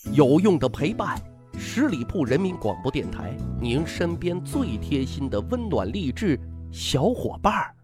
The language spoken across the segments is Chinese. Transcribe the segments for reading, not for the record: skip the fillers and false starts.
有用的陪伴，十里铺人民广播电台，您身边最贴心的温暖励志小伙伴儿。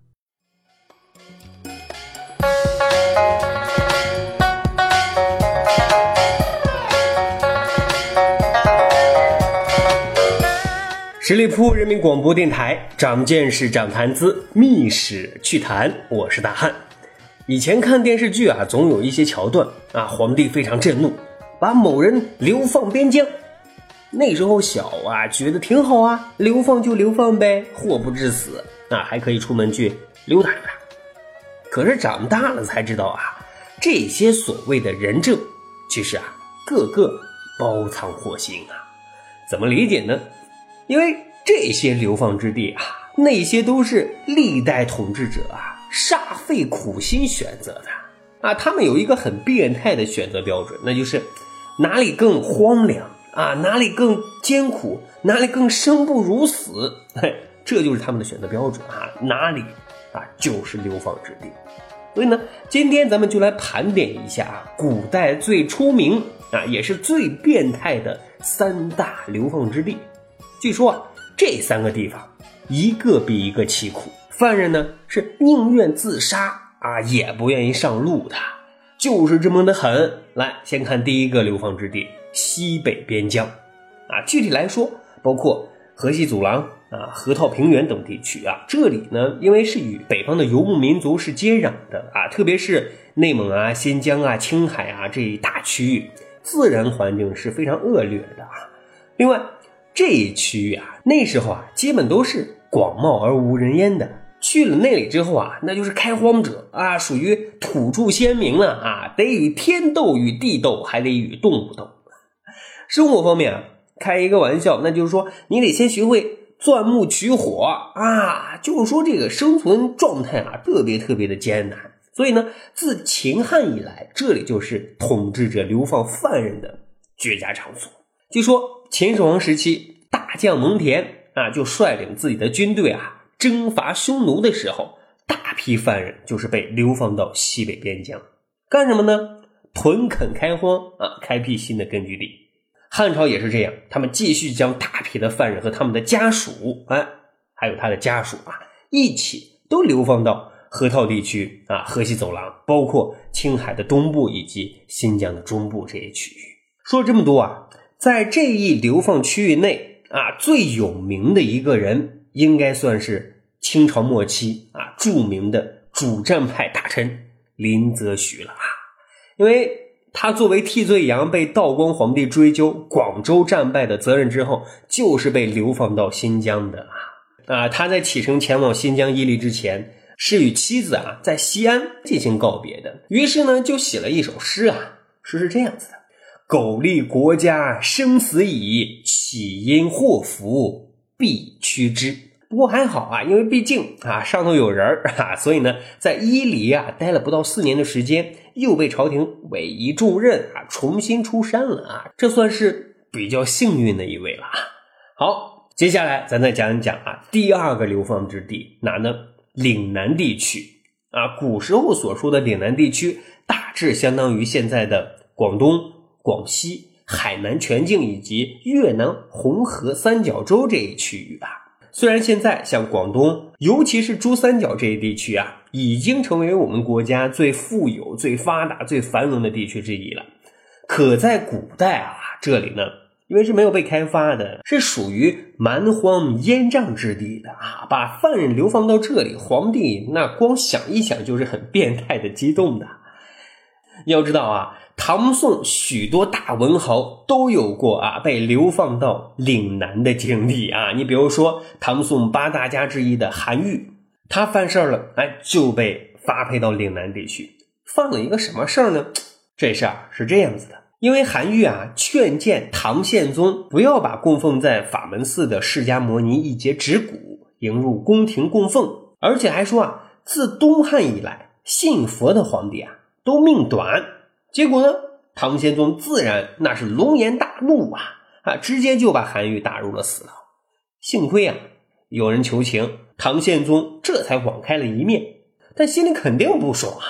十里铺人民广播电台，长见识，长谈资，密史趣谈，我是大汉。以前看电视剧总有一些桥段皇帝非常震怒，把某人流放边疆。那时候小觉得挺好流放就流放呗，祸不至死还可以出门去溜达溜达。可是长大了才知道这些所谓的仁政，其实个个包藏祸心怎么理解呢？因为这些流放之地那些都是历代统治者煞费苦心选择的他们有一个很变态的选择标准，那就是哪里更荒凉哪里更艰苦，哪里更生不如死，这就是他们的选择标准哪里就是流放之地。所以呢，今天咱们就来盘点一下古代最出名也是最变态的三大流放之地。据说这三个地方一个比一个凄苦，犯人呢是宁愿自杀也不愿意上路的，就是这么的狠。来，先看第一个流放之地，西北边疆具体来说包括河西走廊河套平原等地区这里呢因为是与北方的游牧民族是接壤的特别是内蒙新疆青海这一大区域，自然环境是非常恶劣的另外这一区域那时候基本都是广袤而无人烟的，去了那里之后那就是开荒者属于土著先民了得与天斗与地斗，还得与动物斗。生活方面开一个玩笑，那就是说你得先学会钻木取火就是说这个生存状态特别的艰难。所以呢，自秦汉以来，这里就是统治者流放犯人的绝佳场所。据说秦始皇时期，大将蒙恬就率领自己的军队征伐匈奴的时候，大批犯人就是被流放到西北边疆，干什么呢？屯垦开荒开辟新的根据地。汉朝也是这样，他们继续将大批的犯人和他们的家属还有他的家属一起都流放到河套地区河西走廊，包括青海的东部以及新疆的中部这一区域。说了这么多在这一流放区域内最有名的一个人应该算是清朝末期著名的主战派大臣林则徐了因为他作为替罪羊被道光皇帝追究广州战败的责任之后，就是被流放到新疆的他在启程前往新疆伊犁之前，是与妻子在西安进行告别的。于是呢就写了一首诗诗是这样子的：苟利国家生死以，岂因祸福必趋之。不过还好因为毕竟上头有人所以呢在伊犁待了不到4年的时间，又被朝廷委以重任重新出山了这算是比较幸运的一位了好，接下来咱再讲一讲第二个流放之地哪呢？岭南地区古时候所说的岭南地区大致相当于现在的广东、广西、海南全境以及越南红河三角洲这一区域虽然现在像广东尤其是珠三角这一地区已经成为我们国家最富有、最发达、最繁荣的地区之一了，可在古代这里呢因为是没有被开发的，是属于蛮荒烟瘴之地的把犯人流放到这里，皇帝那光想一想就是很变态的激动的。要知道唐宋许多大文豪都有过被流放到岭南的经历你比如说唐宋8大家之一的韩愈，他犯事了就被发配到岭南地区。犯了一个什么事儿呢？这事儿是这样子的，因为韩愈劝谏唐宪宗不要把供奉在法门寺的释迦摩尼一截指骨迎入宫廷供奉，而且还说自东汉以来信佛的皇帝都命短。结果呢唐宪宗自然那是龙颜大怒直接就把韩愈打入了死牢。幸亏有人求情，唐宪宗这才网开了一面，但心里肯定不爽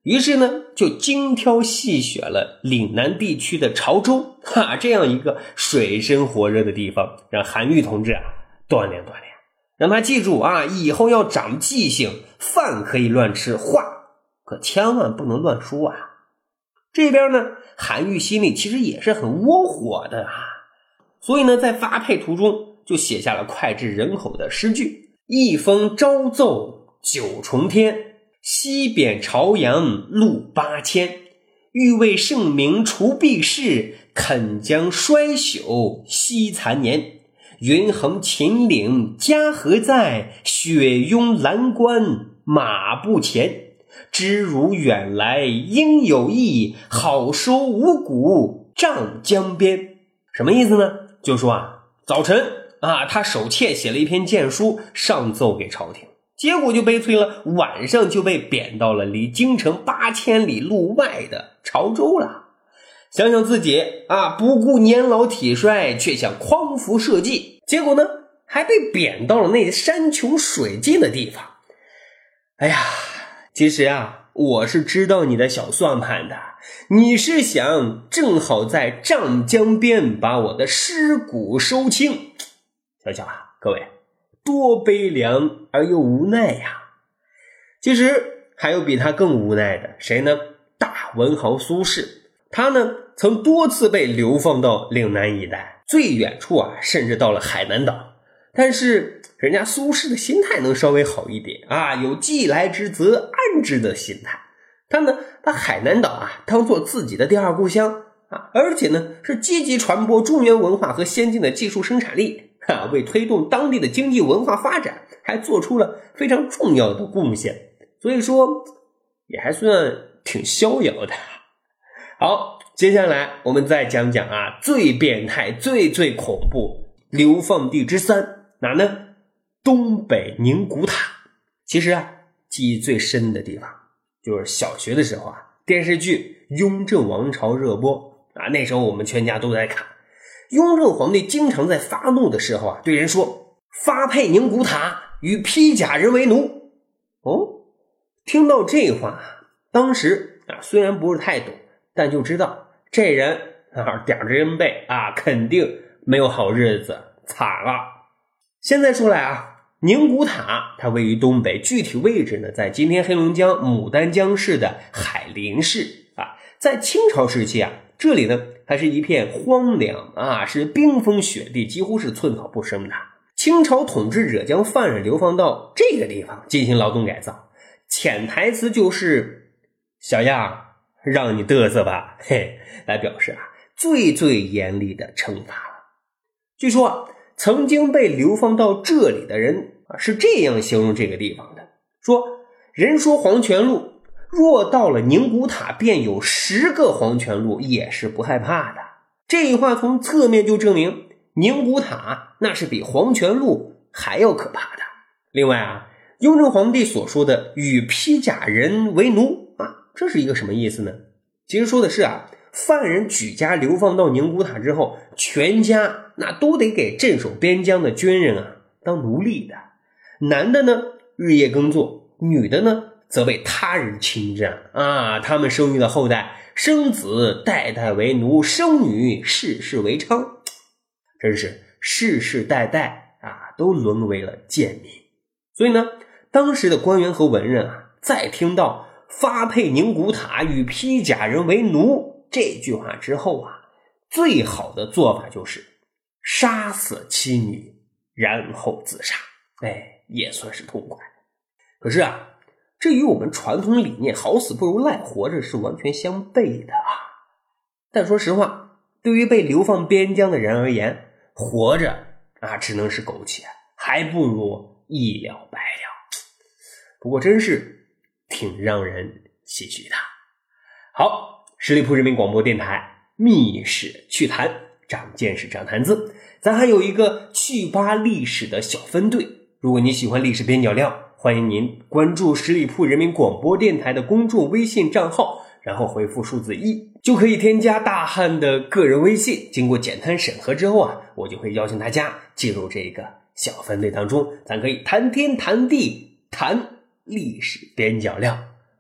于是呢，就精挑细选了岭南地区的潮州这样一个水深火热的地方，让韩愈同志锻炼锻炼，让他记住以后要长记性，饭可以乱吃，话可千万不能乱说这边呢，韩愈心里其实也是很窝火的所以呢，在发配途中就写下了脍炙人口的诗句：一封朝奏九重天，西贬朝阳路8000，欲为圣明除弊事，肯将衰朽惜残年。云横秦岭家何在，雪拥蓝关马不前。知如远来应有意，好收五谷丈江边。什么意思呢？就说早晨他手欠写了一篇荐书上奏给朝廷，结果就悲催了，晚上就被贬到了离京城8000里路外的潮州了。想想自己不顾年老体衰，却想匡扶社稷，结果呢还被贬到了那山穷水尽的地方。哎呀，其实我是知道你的小算盘的，你是想正好在丈江边把我的尸骨收清。想想各位，多悲凉而又无奈呀！其实还有比他更无奈的，谁呢？大文豪苏轼，他呢曾多次被流放到岭南一带，最远处甚至到了海南岛。但是人家苏轼的心态能稍微好一点有既来之则安之的心态。他呢把海南岛当做自己的第二故乡而且呢是积极传播中原文化和先进的技术生产力为推动当地的经济文化发展还做出了非常重要的贡献，所以说也还算挺逍遥的。好，接下来我们再讲讲最变态最恐怖流放地之3，哪呢？东北宁古塔。其实记忆最深的地方就是小学的时候电视剧《雍正王朝》热播那时候我们全家都在看。雍正皇帝经常在发怒的时候对人说：发配宁古塔，与披甲人为奴。听到这话，当时虽然不是太懂，但就知道这人点着人背肯定没有好日子，惨了。现在说来宁古塔它位于东北，具体位置呢在今天黑龙江牡丹江市的海林市在清朝时期这里呢还是一片荒凉是冰封雪地，几乎是寸草不生的。清朝统治者将犯人流放到这个地方进行劳动改造，潜台词就是小样让你嘚瑟吧，来表示最严厉的惩罚了。据说曾经被流放到这里的人是这样形容这个地方的，说人说黄泉路，若到了宁古塔便有10个黄泉路，也是不害怕的。这话从侧面就证明宁古塔那是比黄泉路还要可怕的。另外雍正皇帝所说的与披甲人为奴这是一个什么意思呢？其实说的是犯人举家流放到宁古塔之后，全家那都得给镇守边疆的军人当奴隶的。男的呢日夜耕作，女的呢则被他人侵占他们生育的后代生子代代为奴，生女世世为娼，真是世世代代都沦为了贱民。所以呢当时的官员和文人在听到发配宁古塔与披甲人为奴这句话之后最好的做法就是杀死妻女，然后自杀，也算是痛快。可是这与我们传统理念好死不如赖活着是完全相悖的但说实话，对于被流放边疆的人而言，活着只能是苟且，还不如一了百了。不过真是挺让人唏嘘的。好，十里铺人民广播电台密史趣谈，长见识长谈资，咱还有一个趣扒历史的小分队。如果你喜欢历史边角料，欢迎您关注十里铺人民广播电台的公众微信账号，然后回复数字1，就可以添加大汉的个人微信。经过简单审核之后我就会邀请大家进入这个小分队当中，咱可以谈天谈地谈历史边角料。好，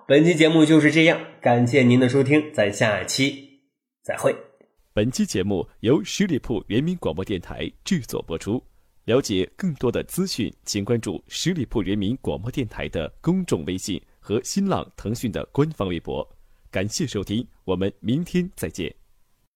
本期节目就是这样，感谢您的收听，咱下期再会。 本期节目由十里铺人民广播电台制作播出。了解更多的资讯，请关注十里铺人民广播电台的公众微信和新浪、腾讯的官方微博。感谢收听，我们明天再见。